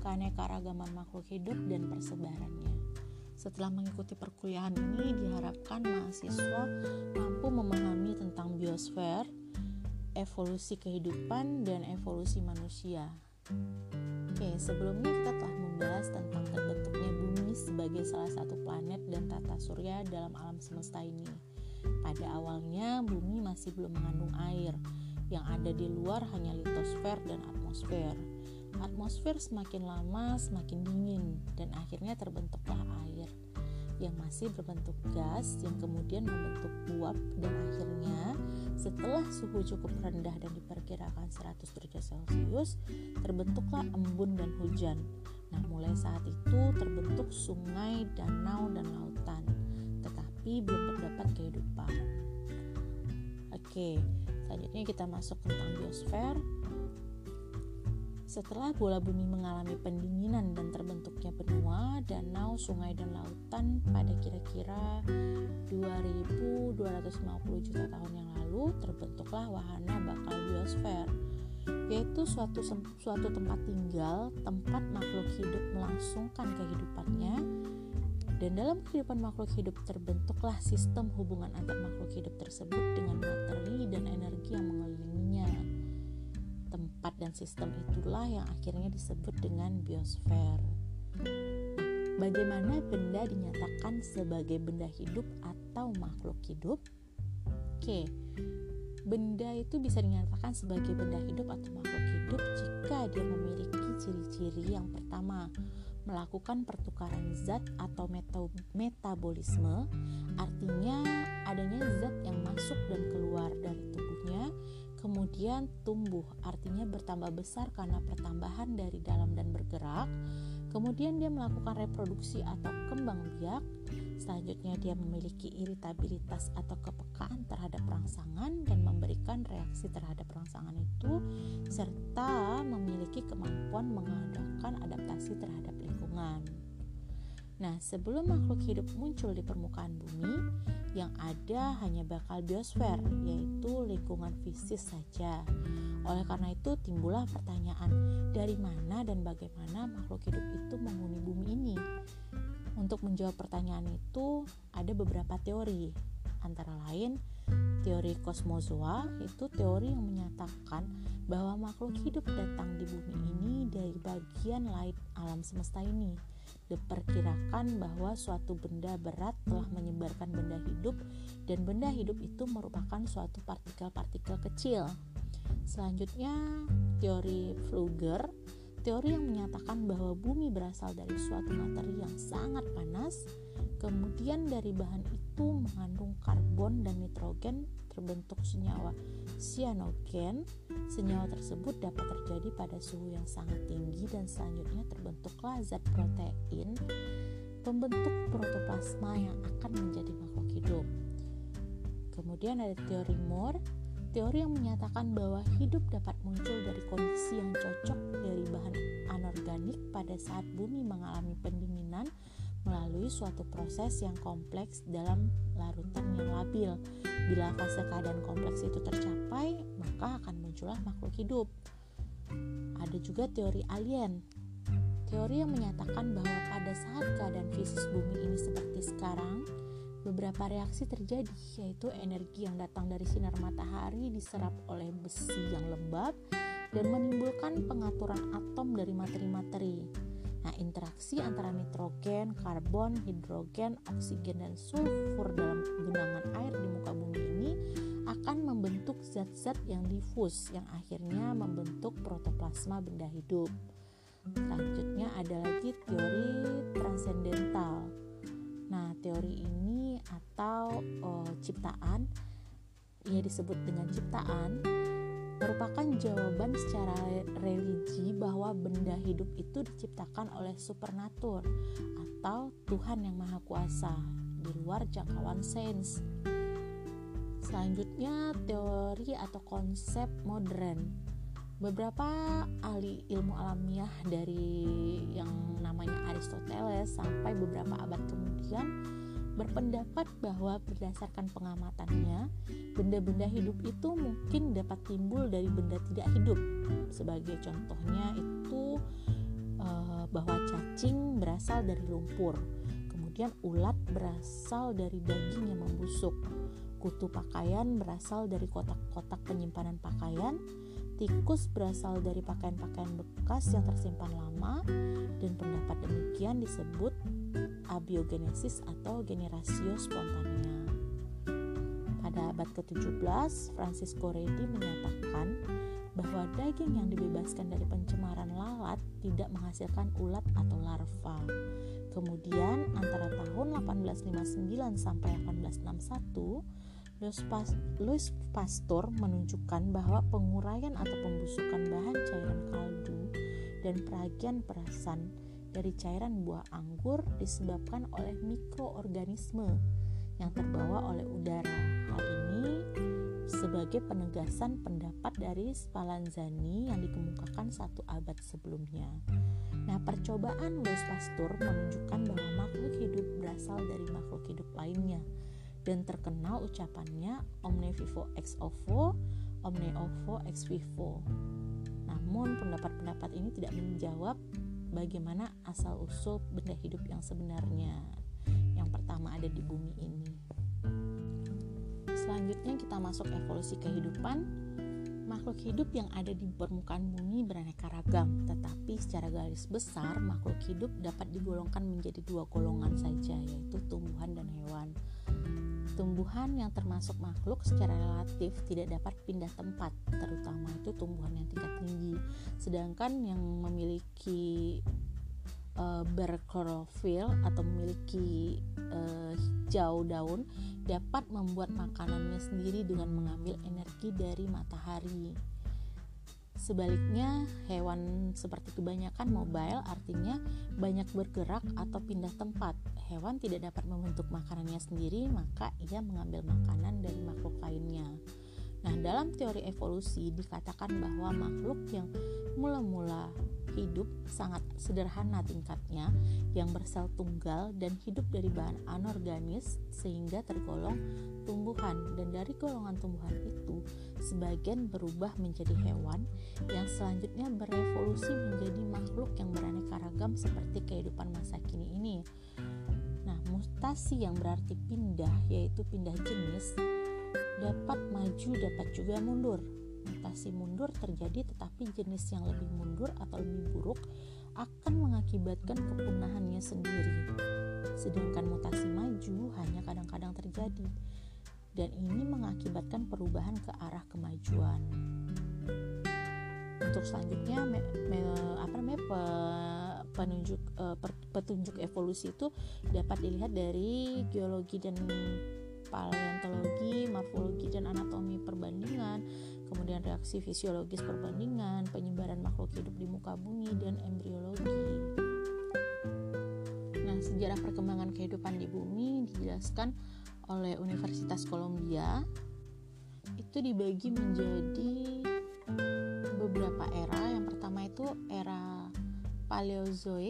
keanekaragaman makhluk hidup dan persebarannya. Setelah mengikuti perkuliahan ini, diharapkan mahasiswa mampu memahami tentang biosfer, evolusi kehidupan, dan evolusi manusia. Oke, sebelumnya kita telah membahas tentang terbentuknya bumi sebagai salah satu planet dan tata surya dalam alam semesta ini. Pada awalnya, bumi masih belum mengandung air. Yang ada di luar hanya litosfer dan atmosfer. Atmosfer semakin lama semakin dingin dan akhirnya terbentuklah air yang masih berbentuk gas yang kemudian membentuk uap, dan akhirnya setelah suhu cukup rendah dan diperkirakan 100 derajat Celcius terbentuklah embun dan hujan. Nah, mulai saat itu terbentuk sungai, danau, dan lautan, tetapi belum terdapat kehidupan. Oke, selanjutnya kita masuk tentang biosfer. Setelah bola bumi mengalami pendinginan dan terbentuknya benua, danau, sungai, dan lautan pada kira-kira 2250 juta tahun yang lalu, terbentuklah wahana bakal biosfer, yaitu suatu tempat tinggal, tempat makhluk hidup melangsungkan kehidupannya. Dan dalam kehidupan makhluk hidup terbentuklah sistem hubungan antar makhluk hidup tersebut dengan materi dan energi yang mengelilinginya. Tempat dan sistem itulah yang akhirnya disebut dengan biosfer. Bagaimana benda dinyatakan sebagai benda hidup atau makhluk hidup? Oke, benda itu bisa dinyatakan sebagai benda hidup atau makhluk hidup jika dia memiliki ciri-ciri yang pertama, melakukan pertukaran zat atau metabolisme, artinya adanya zat yang masuk dan keluar dari tubuhnya, kemudian tumbuh, artinya bertambah besar karena pertambahan dari dalam dan bergerak, kemudian dia melakukan reproduksi atau kembang biak, selanjutnya dia memiliki iritabilitas atau kepekaan terhadap rangsangan dan memberikan reaksi terhadap rangsangan itu, serta memiliki kemampuan mengadakan adaptasi terhadap lingkungan. Nah, sebelum makhluk hidup muncul di permukaan bumi, yang ada hanya bakal biosfer, yaitu lingkungan fisik saja. Oleh karena itu timbullah pertanyaan, dari mana dan bagaimana makhluk hidup itu menghuni bumi ini? Untuk menjawab pertanyaan itu, ada beberapa teori. Antara lain, teori kosmozoa, itu teori yang menyatakan bahwa makhluk hidup datang di bumi ini dari bagian lain alam semesta ini. Diperkirakan bahwa suatu benda berat telah menyebarkan benda hidup, dan benda hidup itu merupakan suatu partikel-partikel kecil. Selanjutnya, teori Flügger, teori yang menyatakan bahwa bumi berasal dari suatu materi yang sangat panas, kemudian dari bahan itu mengandung karbon dan nitrogen, terbentuk senyawa cyanogen. Senyawa tersebut dapat terjadi pada suhu yang sangat tinggi, dan selanjutnya terbentuklah zat protein, pembentuk protoplasma yang akan menjadi makhluk hidup. Kemudian ada teori Moore, teori yang menyatakan bahwa hidup dapat muncul dari kondisi yang cocok dari bahan anorganik pada saat bumi mengalami pendinginan melalui suatu proses yang kompleks dalam larutan yang labil. Bila fase keadaan kompleks itu tercapai, maka akan muncullah makhluk hidup. Ada juga teori alien, teori yang menyatakan bahwa pada saat keadaan fisik bumi ini seperti sekarang, beberapa reaksi terjadi, yaitu energi yang datang dari sinar matahari diserap oleh besi yang lembab dan menimbulkan pengaturan atom dari materi-materi. Nah, interaksi antara nitrogen, karbon, hidrogen, oksigen, dan sulfur dalam genangan air di muka bumi ini akan membentuk zat-zat yang difus yang akhirnya membentuk protoplasma benda hidup. Selanjutnya ada lagi teori transendental. Nah, teori ini atau ciptaan, ia disebut dengan ciptaan, merupakan jawaban secara religi bahwa benda hidup itu diciptakan oleh supernatur atau Tuhan yang Maha Kuasa di luar jangkauan sains. Selanjutnya teori atau konsep modern. Beberapa ahli ilmu alamiah dari yang namanya Aristoteles sampai beberapa abad kemudian berpendapat bahwa berdasarkan pengamatannya, benda-benda hidup itu mungkin dapat timbul dari benda tidak hidup. Sebagai contohnya itu bahwa cacing berasal dari lumpur. Kemudian ulat berasal dari daging yang membusuk. Kutu pakaian berasal dari kotak-kotak penyimpanan pakaian. Tikus berasal dari pakaian-pakaian bekas yang tersimpan lama, dan pendapat demikian disebut abiogenesis atau generatio spontanea. Pada abad ke-17, Francisco Redi menyatakan bahwa daging yang dibebaskan dari pencemaran lalat tidak menghasilkan ulat atau larva. Kemudian antara tahun 1859 sampai 1861, Louis Pasteur menunjukkan bahwa penguraian atau pembusukan bahan cairan kaldu dan peragian perasan dari cairan buah anggur disebabkan oleh mikroorganisme yang terbawa oleh udara. Hal ini sebagai penegasan pendapat dari Spallanzani yang dikemukakan 1 abad sebelumnya. Nah, percobaan Louis Pasteur menunjukkan bahwa makhluk hidup berasal dari makhluk hidup lainnya, dan terkenal ucapannya omne vivo ex ovo, omne ovo ex vivo. Namun pendapat-pendapat ini tidak menjawab bagaimana asal-usul benda hidup yang sebenarnya yang pertama ada di bumi ini. Selanjutnya kita masuk evolusi kehidupan. Makhluk hidup yang ada di permukaan bumi beraneka ragam, tetapi secara garis besar makhluk hidup dapat digolongkan menjadi 2 golongan saja, yaitu tumbuhan dan hewan. Tumbuhan yang termasuk makhluk secara relatif tidak dapat pindah tempat, terutama itu tumbuhan yang tingkat tinggi. Sedangkan yang memiliki berklorofil atau memiliki hijau daun dapat membuat makanannya sendiri dengan mengambil energi dari matahari. Sebaliknya, hewan seperti kebanyakan mobile, artinya banyak bergerak atau pindah tempat. Hewan tidak dapat membentuk makanannya sendiri, maka ia mengambil makanan dari makhluk lainnya. Nah, dalam teori evolusi dikatakan bahwa makhluk yang mula-mula hidup sangat sederhana tingkatnya, yang bersel tunggal dan hidup dari bahan anorganis sehingga tergolong tumbuhan, dan dari golongan tumbuhan itu sebagian berubah menjadi hewan yang selanjutnya berevolusi menjadi makhluk yang beraneka ragam seperti kehidupan masa kini ini. Nah, mutasi yang berarti pindah, yaitu pindah jenis, dapat maju dapat juga mundur. Mutasi mundur terjadi, tetapi jenis yang lebih mundur atau lebih buruk akan mengakibatkan kepunahannya sendiri. Sedangkan mutasi maju hanya kadang-kadang terjadi, dan ini mengakibatkan perubahan ke arah kemajuan. Untuk selanjutnya petunjuk evolusi itu dapat dilihat dari geologi dan paleontologi, morfologi dan anatomi perbandingan, kemudian reaksi fisiologis perbandingan, penyebaran makhluk hidup di muka bumi, dan embriologi. Nah, sejarah perkembangan kehidupan di bumi dijelaskan oleh Universitas Columbia. Itu dibagi menjadi beberapa era. Yang pertama itu era Paleozoik.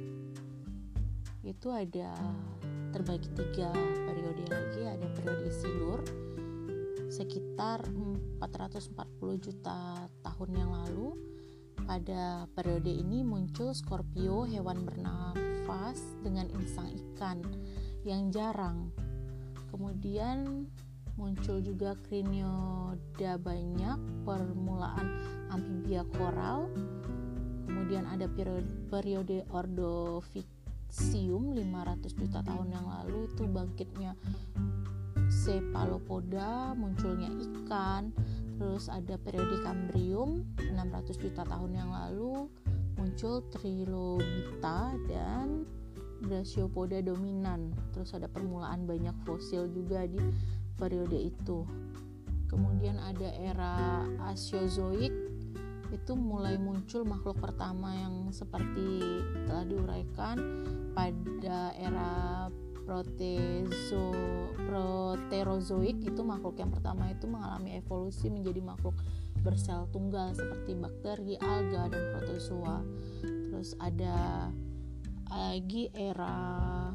Itu ada terbagi 3 periode lagi. Ada periode Silur sekitar 440 juta tahun yang lalu. Pada periode ini muncul Scorpio, hewan bernafas dengan insang ikan yang jarang. Kemudian muncul juga Crinioda banyak, permulaan amfibia koral. Kemudian ada periode Ordovicium 500 juta tahun yang lalu, itu bangkitnya Cephalopoda, munculnya ikan. Terus ada periode Cambrium 600 juta tahun yang lalu, muncul Trilobita dan Brachiopoda dominan. Terus ada permulaan banyak fosil juga di periode itu. Kemudian ada era Asiozoik, itu mulai muncul makhluk pertama yang seperti telah diuraikan pada era Proterozoik. Itu makhluk yang pertama itu mengalami evolusi menjadi makhluk bersel tunggal seperti bakteri, alga, dan protozoa. Terus ada lagi era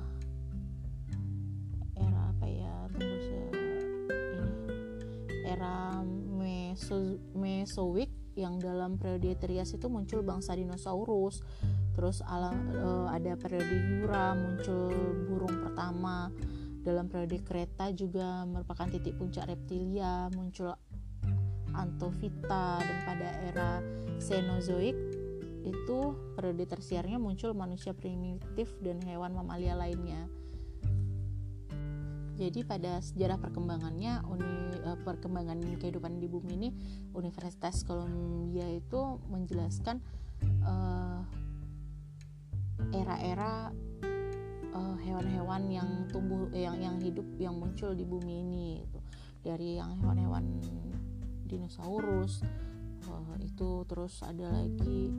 Mesozoik, yang dalam periode Trias itu muncul bangsa dinosaurus. Terus ada periode Jura, muncul burung pertama. Dalam periode Kreta juga merupakan titik puncak reptilia, muncul Antofita. Dan pada era Cenozoik itu periode tersiarnya muncul manusia primitif dan hewan mamalia lainnya. Jadi pada sejarah perkembangannya, perkembangan kehidupan di bumi ini, Universitas Columbia itu menjelaskan era-era hewan-hewan yang tumbuh, yang hidup, yang muncul di bumi ini gitu. Dari yang hewan-hewan dinosaurus itu, terus ada lagi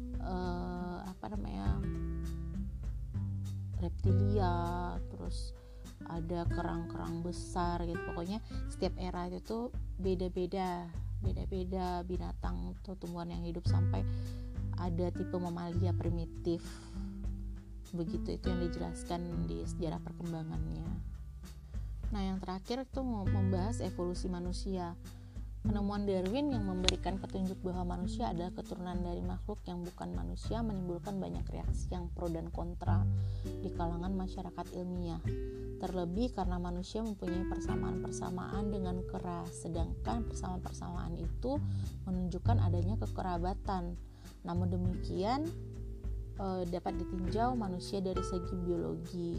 reptilia, terus ada kerang-kerang besar gitu. Pokoknya setiap era itu tuh beda-beda binatang atau tumbuhan yang hidup, sampai ada tipe mamalia primitif. Begitu, itu yang dijelaskan di sejarah perkembangannya. Nah, yang terakhir itu membahas evolusi manusia. Penemuan Darwin yang memberikan petunjuk bahwa manusia adalah keturunan dari makhluk yang bukan manusia menimbulkan banyak reaksi yang pro dan kontra di kalangan masyarakat ilmiah. Terlebih karena manusia mempunyai persamaan-persamaan dengan kera, sedangkan persamaan-persamaan itu menunjukkan adanya kekerabatan. Namun demikian, dapat ditinjau manusia dari segi biologi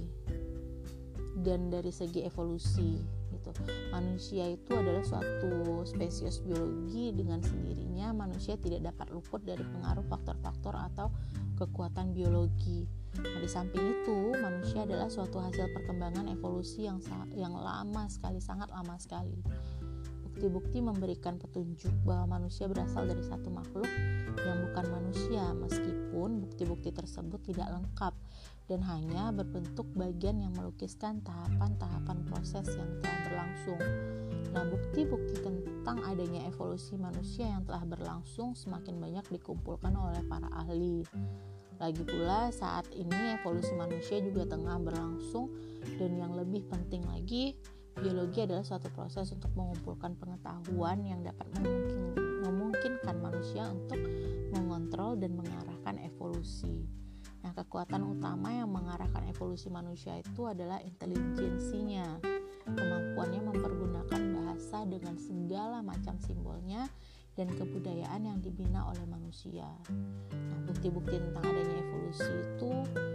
dan dari segi evolusi gitu. Manusia itu adalah suatu spesies biologi, dengan sendirinya manusia tidak dapat luput dari pengaruh faktor-faktor atau kekuatan biologi. Nah, di samping itu, manusia adalah suatu hasil perkembangan evolusi yang lama sekali, sangat lama sekali. Bukti-bukti memberikan petunjuk bahwa manusia berasal dari satu makhluk yang bukan manusia, meskipun bukti-bukti tersebut tidak lengkap dan hanya berbentuk bagian yang melukiskan tahapan-tahapan proses yang telah berlangsung. Nah, bukti-bukti tentang adanya evolusi manusia yang telah berlangsung semakin banyak dikumpulkan oleh para ahli. Lagi pula, saat ini evolusi manusia juga tengah berlangsung, dan yang lebih penting lagi, biologi adalah suatu proses untuk mengumpulkan pengetahuan yang dapat memungkinkan manusia untuk mengontrol dan mengarahkan evolusi. Nah, kekuatan utama yang mengarahkan evolusi manusia itu adalah intelijensinya, kemampuannya mempergunakan bahasa dengan segala macam simbolnya, dan kebudayaan yang dibina oleh manusia. Nah, bukti-bukti tentang adanya evolusi itu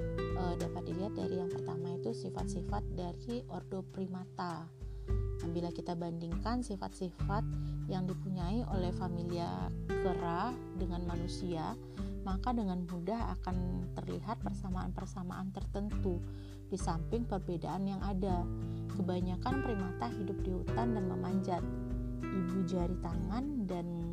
dapat dilihat dari yang pertama itu sifat-sifat dari ordo primata. Nah, bila kita bandingkan sifat-sifat yang dipunyai oleh familia kera dengan manusia, maka dengan mudah akan terlihat persamaan-persamaan tertentu di samping perbedaan yang ada. Kebanyakan primata hidup di hutan dan memanjat. Ibu jari tangan dan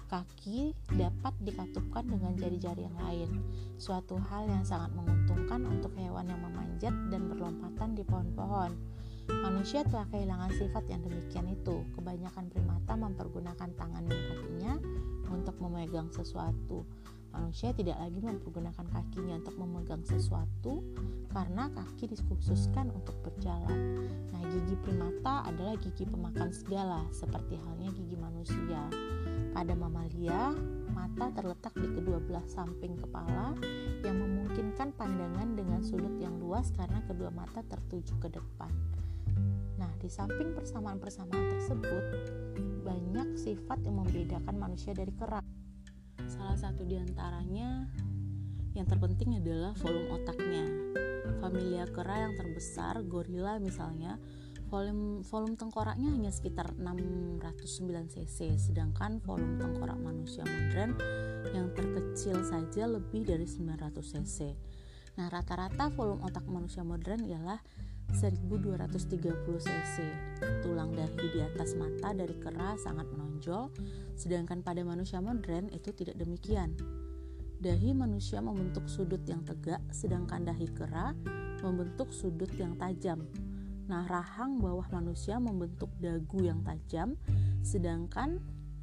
kaki dapat dikatupkan dengan jari-jari yang lain, suatu hal yang sangat menguntungkan untuk hewan yang memanjat dan berlompatan di pohon-pohon. Manusia telah kehilangan sifat yang demikian itu. Kebanyakan primata mempergunakan tangan dan kakinya untuk memegang sesuatu. Manusia tidak lagi mempergunakan kakinya untuk memegang sesuatu karena kaki dikhususkan untuk berjalan. Nah, gigi primata adalah gigi pemakan segala, seperti halnya gigi manusia. Pada mamalia, mata terletak di kedua belah samping kepala yang memungkinkan pandangan dengan sudut yang luas karena kedua mata tertuju ke depan. Nah, di samping persamaan-persamaan tersebut, banyak sifat yang membedakan manusia dari kera. Salah satu di antaranya yang terpenting adalah volume otaknya. Familia kera yang terbesar, gorila misalnya, volume tengkoraknya hanya sekitar 609 cc, sedangkan volume tengkorak manusia modern yang terkecil saja lebih dari 900 cc. Nah, rata-rata volume otak manusia modern ialah 1230 cc. Tulang dahi di atas mata dari kera sangat menonjol, sedangkan pada manusia modern itu tidak demikian. Dahi manusia membentuk sudut yang tegak, sedangkan dahi kera membentuk sudut yang tajam. Nah, rahang bawah manusia membentuk dagu yang tajam, sedangkan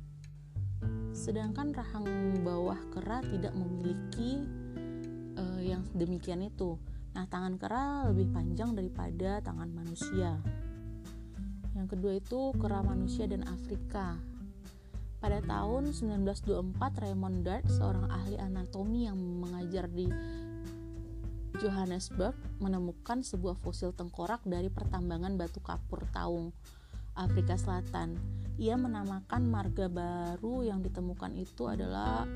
rahang bawah kera tidak memiliki yang demikian itu. Nah, tangan kera lebih panjang daripada tangan manusia. Yang kedua itu kera manusia dan Afrika. Pada tahun 1924, Raymond Dart, seorang ahli anatomi yang mengajar di Johannesburg, menemukan sebuah fosil tengkorak dari pertambangan batu kapur Taung, Afrika Selatan. Ia menamakan marga baru yang ditemukan itu adalah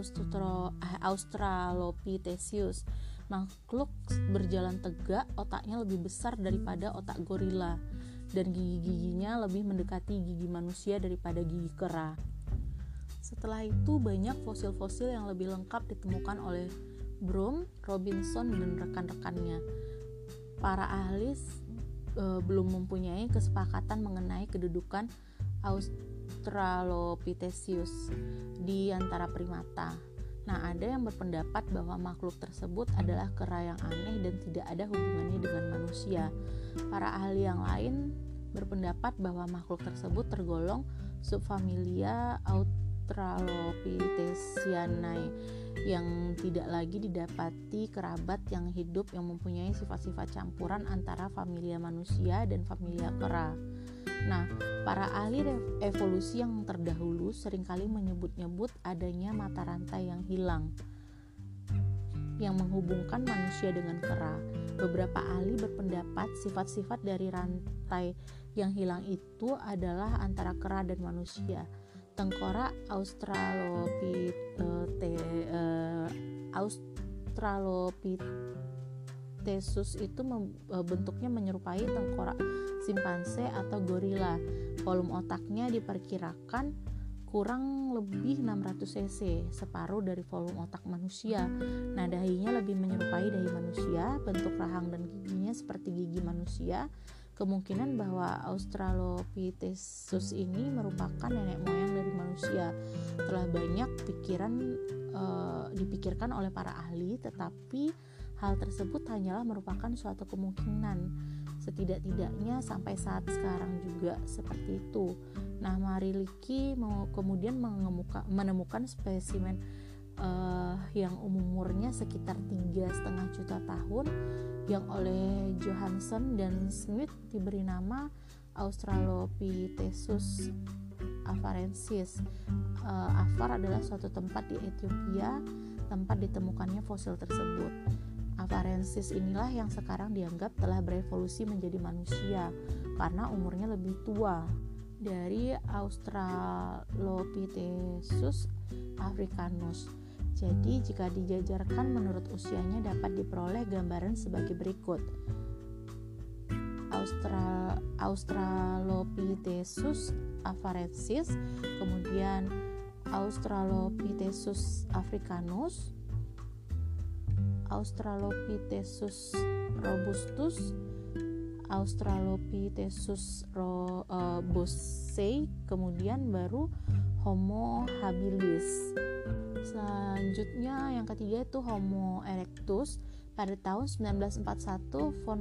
Australopithecus. Makhluk berjalan tegak, otaknya lebih besar daripada otak gorila, dan gigi-giginya lebih mendekati gigi manusia daripada gigi kera. Setelah itu, banyak fosil-fosil yang lebih lengkap ditemukan oleh Broom, Robinson, dan rekan-rekannya. Para ahli belum mempunyai kesepakatan mengenai kedudukan Australopithecus di antara primata. Nah, ada yang berpendapat bahwa makhluk tersebut adalah kera yang aneh dan tidak ada hubungannya dengan manusia. Para ahli yang lain berpendapat bahwa makhluk tersebut tergolong subfamilia Australopithecianae yang tidak lagi didapati kerabat yang hidup yang mempunyai sifat-sifat campuran antara familia manusia dan familia kera. Nah, para ahli evolusi yang terdahulu seringkali menyebut-nyebut adanya mata rantai yang hilang yang menghubungkan manusia dengan kera. Beberapa ahli berpendapat sifat-sifat dari rantai yang hilang itu adalah antara kera dan manusia. Tengkorak Australopithecus itu bentuknya menyerupai tengkorak simpanse atau gorila. Volume otaknya diperkirakan kurang lebih 600 cc, separuh dari volume otak manusia. Nah, dahinya lebih menyerupai dahi manusia, bentuk rahang dan giginya seperti gigi manusia. Kemungkinan bahwa Australopithecus ini merupakan nenek moyang dari manusia telah banyak dipikirkan oleh para ahli, tetapi hal tersebut hanyalah merupakan suatu kemungkinan. Setidak-tidaknya sampai saat sekarang juga seperti itu. Nah, Mariliki kemudian menemukan spesimen yang umurnya sekitar 3,5 juta tahun yang oleh Johansen dan Smith diberi nama Australopithecus afarensis. Afar adalah suatu tempat di Ethiopia, tempat ditemukannya fosil tersebut. Afarensis inilah yang sekarang dianggap telah berevolusi menjadi manusia karena umurnya lebih tua dari Australopithecus africanus. Jadi jika dijajarkan menurut usianya dapat diperoleh gambaran sebagai berikut. Australopithecus afarensis, kemudian Australopithecus africanus, Australopithecus robustus, Australopithecus bossei, kemudian baru Homo habilis. Selanjutnya yang ketiga itu Homo erectus. Pada tahun 1941 von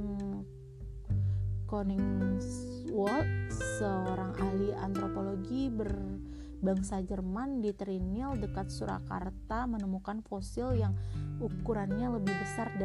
Koningswald, seorang ahli antropologi berbangsa Jerman di Trinil dekat Surakarta, menemukan fosil yang ukurannya lebih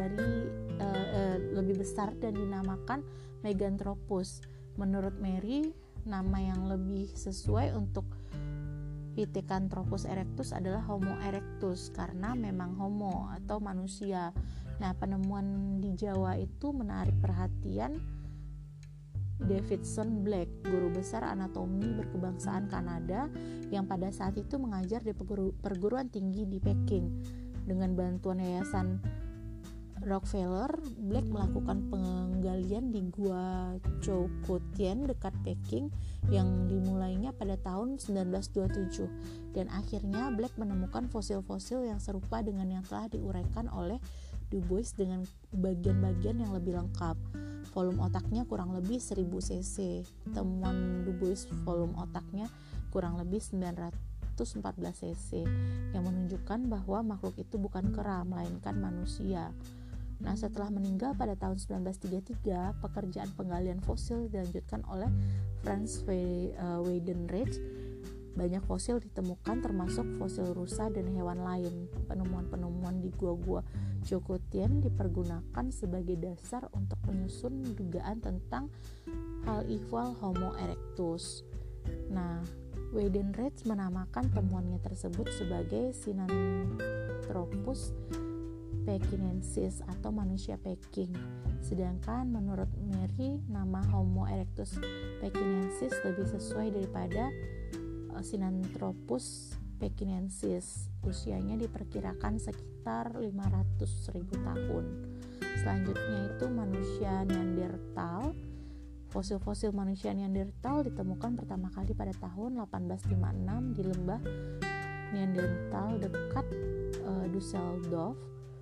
besar dan dinamakan Meganthropus. Menurut Mary, nama yang lebih sesuai untuk Pithecanthropus erectus adalah Homo erectus karena memang homo atau manusia. Nah, penemuan di Jawa itu menarik perhatian Davidson Black, guru besar anatomi berkebangsaan Kanada yang pada saat itu mengajar di perguruan tinggi di Peking. Dengan bantuan Yayasan Rockefeller, Black melakukan penggalian di Gua Choukoutien dekat Peking yang dimulainya pada tahun 1927, dan akhirnya Black menemukan fosil-fosil yang serupa dengan yang telah diuraikan oleh Du Bois dengan bagian-bagian yang lebih lengkap. Volume otaknya kurang lebih 1000 cc. Temuan Du Bois volume otaknya kurang lebih 914 cc yang menunjukkan bahwa makhluk itu bukan kera melainkan manusia. Nah, setelah meninggal pada tahun 1933, pekerjaan penggalian fosil dilanjutkan oleh Franz Weidenreich. Banyak fosil ditemukan termasuk fosil rusa dan hewan lain. Penemuan-penemuan di gua-gua Choukoutien dipergunakan sebagai dasar untuk menyusun dugaan tentang hal ihwal Homo erectus. Nah, Weidenreich menamakan temuannya tersebut sebagai Sinanthropus pekinensis atau manusia Peking. Sedangkan menurut Mary, nama Homo erectus pekinensis lebih sesuai daripada Sinanthropus pekinensis. Usianya diperkirakan sekitar 500.000 tahun. Selanjutnya itu manusia Neanderthal. Fosil-fosil manusia Neanderthal ditemukan pertama kali pada tahun 1856 di lembah Neanderthal dekat Dusseldorf,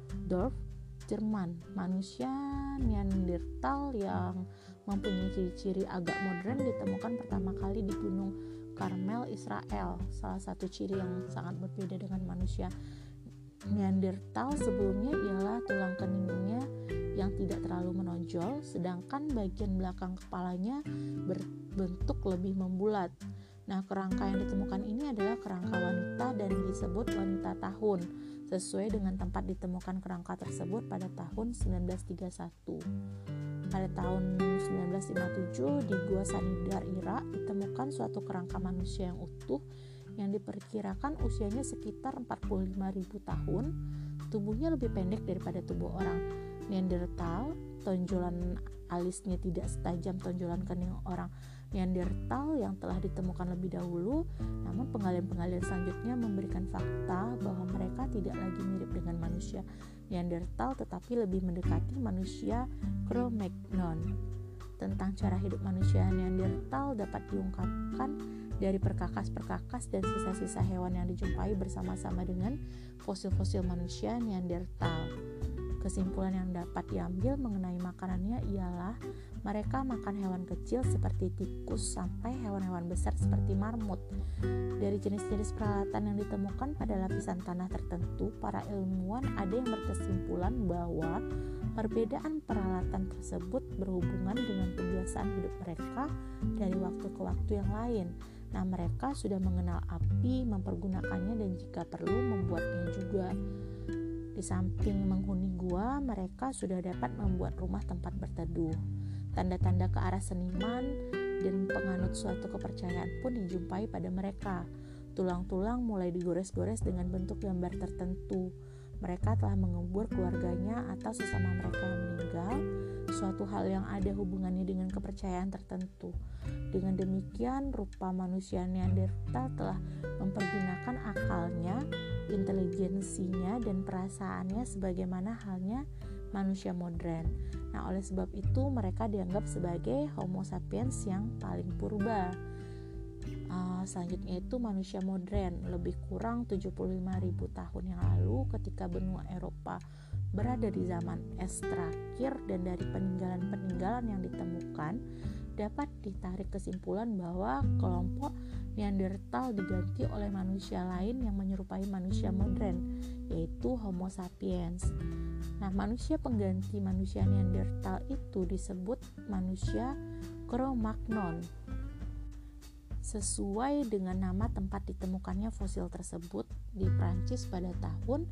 Jerman. Manusia Neanderthal yang mempunyai ciri-ciri agak modern ditemukan pertama kali di Gunung Karmel, Israel. Salah satu ciri yang sangat berbeda dengan manusia Neanderthal sebelumnya ialah tulang keningnya yang tidak terlalu menonjol, sedangkan bagian belakang kepalanya berbentuk lebih membulat. Nah, kerangka yang ditemukan ini adalah kerangka wanita dan disebut wanita tahun, sesuai dengan tempat ditemukan kerangka tersebut pada tahun 1931. Pada tahun 1957 di Gua Sanidar, Irak, ditemukan suatu kerangka manusia yang utuh yang diperkirakan usianya sekitar 45.000 tahun. Tubuhnya lebih pendek daripada tubuh orang Neanderthal. Tonjolan alisnya tidak setajam tonjolan kening orang Neanderthal yang telah ditemukan lebih dahulu. Namun penggalian-penggalian selanjutnya memberikan fakta bahwa mereka tidak lagi mirip dengan manusia Neanderthal, tetapi lebih mendekati manusia Cro-Magnon. Tentang cara hidup manusia Neanderthal dapat diungkapkan dari perkakas-perkakas dan sisa-sisa hewan yang dijumpai bersama-sama dengan fosil-fosil manusia Neanderthal. Kesimpulan yang dapat diambil mengenai makanannya ialah mereka makan hewan kecil seperti tikus sampai hewan-hewan besar seperti marmut. Dari jenis-jenis peralatan yang ditemukan pada lapisan tanah tertentu, para ilmuwan ada yang berkesimpulan bahwa perbedaan peralatan tersebut berhubungan dengan kebiasaan hidup mereka dari waktu ke waktu yang lain. Nah, mereka sudah mengenal api, mempergunakannya, dan jika perlu membuatnya juga. Di samping menghuni gua, mereka sudah dapat membuat rumah tempat berteduh. Tanda-tanda ke arah seniman dan penganut suatu kepercayaan pun dijumpai pada mereka. Tulang-tulang mulai digores-gores dengan bentuk gambar tertentu. Mereka telah mengubur keluarganya atau sesama mereka yang meninggal, suatu hal yang ada hubungannya dengan kepercayaan tertentu. Dengan demikian, rupa manusia Neanderthal telah mempergunakan akalnya, intelijensinya, dan perasaannya sebagaimana halnya manusia modern. Nah, oleh sebab itu mereka dianggap sebagai Homo sapiens yang paling purba. Selanjutnya itu manusia modern, lebih kurang 75.000 tahun yang lalu ketika benua Eropa berada di zaman es terakhir, dan dari peninggalan-peninggalan yang ditemukan dapat ditarik kesimpulan bahwa kelompok Neanderthal diganti oleh manusia lain yang menyerupai manusia modern, yaitu Homo sapiens. Nah, manusia pengganti manusia Neanderthal itu disebut manusia Cro-Magnon, sesuai dengan nama tempat ditemukannya fosil tersebut di Prancis pada tahun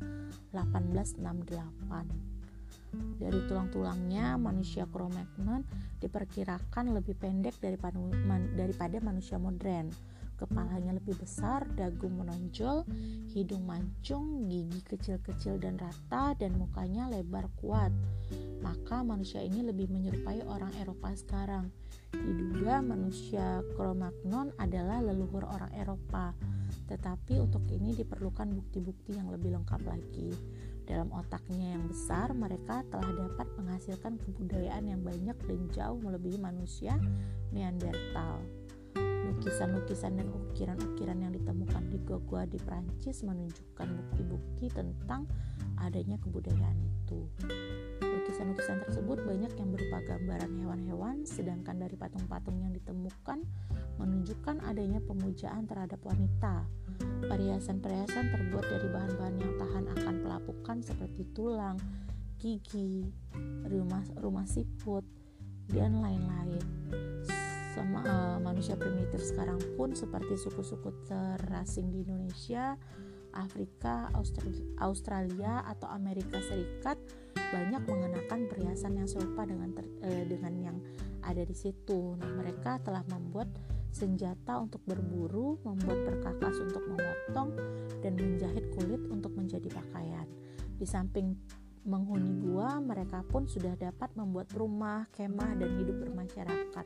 1868. Dari tulang-tulangnya, manusia Cro-Magnon diperkirakan lebih pendek daripada manusia modern. Kepalanya lebih besar, dagu menonjol, hidung mancung, gigi kecil-kecil dan rata, dan mukanya lebar kuat. Maka manusia ini lebih menyerupai orang Eropa sekarang. Diduga manusia Cro-Magnon adalah leluhur orang Eropa, tetapi untuk ini diperlukan bukti-bukti yang lebih lengkap lagi. Dalam otaknya yang besar, mereka telah dapat menghasilkan kebudayaan yang banyak dan jauh melebihi manusia Neanderthal. Lukisan-lukisan dan ukiran-ukiran yang ditemukan di gua-gua di Prancis menunjukkan bukti-bukti tentang adanya kebudayaan itu. Lukisan-lukisan tersebut banyak yang berupa gambaran hewan-hewan, sedangkan dari patung-patung yang ditemukan menunjukkan adanya pemujaan terhadap wanita. Perhiasan-perhiasan terbuat dari bahan-bahan yang tahan akan pelapukan seperti tulang, gigi, rumah siput, dan lain-lain. Manusia primitif sekarang pun seperti suku-suku terasing di Indonesia, Afrika, Australia, atau Amerika Serikat banyak mengenakan perhiasan yang serupa dengan yang ada di situ. Nah, mereka telah membuat senjata untuk berburu, membuat perkakas untuk memotong, dan menjahit kulit untuk menjadi pakaian. Di samping menghuni gua, mereka pun sudah dapat membuat rumah, kemah, dan hidup bermasyarakat.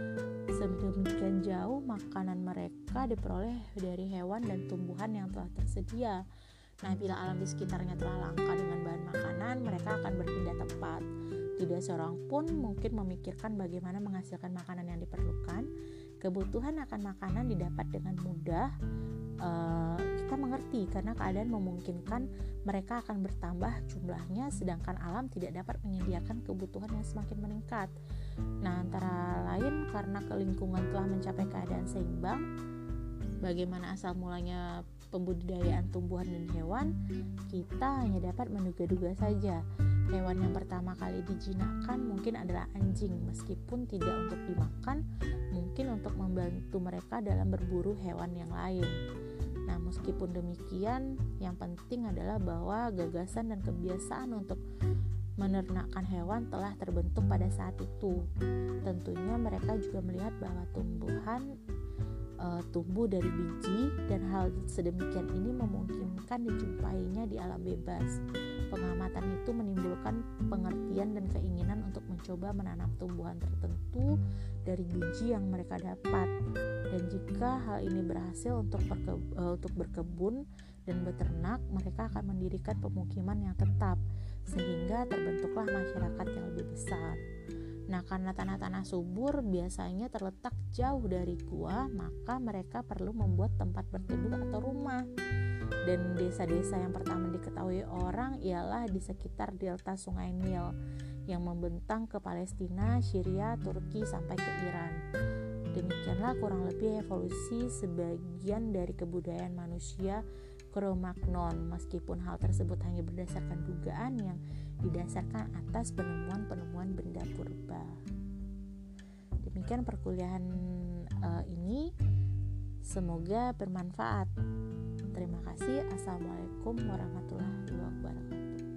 Sedemikian jauh makanan mereka diperoleh dari hewan dan tumbuhan yang telah tersedia. Nah, bila alam di sekitarnya telah langka dengan bahan makanan, mereka akan berpindah tempat. Tidak seorang pun mungkin memikirkan bagaimana menghasilkan makanan yang diperlukan. Kebutuhan akan makanan didapat dengan mudah. Kita mengerti karena keadaan memungkinkan mereka akan bertambah jumlahnya, sedangkan alam tidak dapat menyediakan kebutuhan yang semakin meningkat. Nah, antara lain karena lingkungan telah mencapai keadaan seimbang. Bagaimana asal mulanya pembudidayaan tumbuhan dan hewan, kita hanya dapat menduga-duga saja. Hewan yang pertama kali dijinakkan mungkin adalah anjing, meskipun tidak untuk dimakan, mungkin untuk membantu mereka dalam berburu hewan yang lain. Nah, meskipun demikian, yang penting adalah bahwa gagasan dan kebiasaan untuk menernakkan hewan telah terbentuk pada saat itu. Tentunya mereka juga melihat bahwa tumbuhan tumbuh dari biji, dan hal sedemikian ini memungkinkan dijumpainya di alam bebas. Pengamatan itu menimbulkan pengertian dan keinginan untuk mencoba menanam tumbuhan tertentu dari biji yang mereka dapat. Dan jika hal ini berhasil untuk berkebun dan beternak, mereka akan mendirikan pemukiman yang tetap, sehingga terbentuklah masyarakat yang lebih besar. Nah, karena tanah-tanah subur biasanya terletak jauh dari gua, maka mereka perlu membuat tempat berteduh atau rumah. Dan desa-desa yang pertama diketahui orang ialah di sekitar delta Sungai Nil yang membentang ke Palestina, Syria, Turki sampai ke Iran. Demikianlah kurang lebih evolusi sebagian dari kebudayaan manusia Cro-Magnon, meskipun hal tersebut hanya berdasarkan dugaan yang didasarkan atas penemuan-penemuan benda purba. Demikian perkuliahan ini, semoga bermanfaat. Terima kasih. Assalamualaikum warahmatullahi wabarakatuh.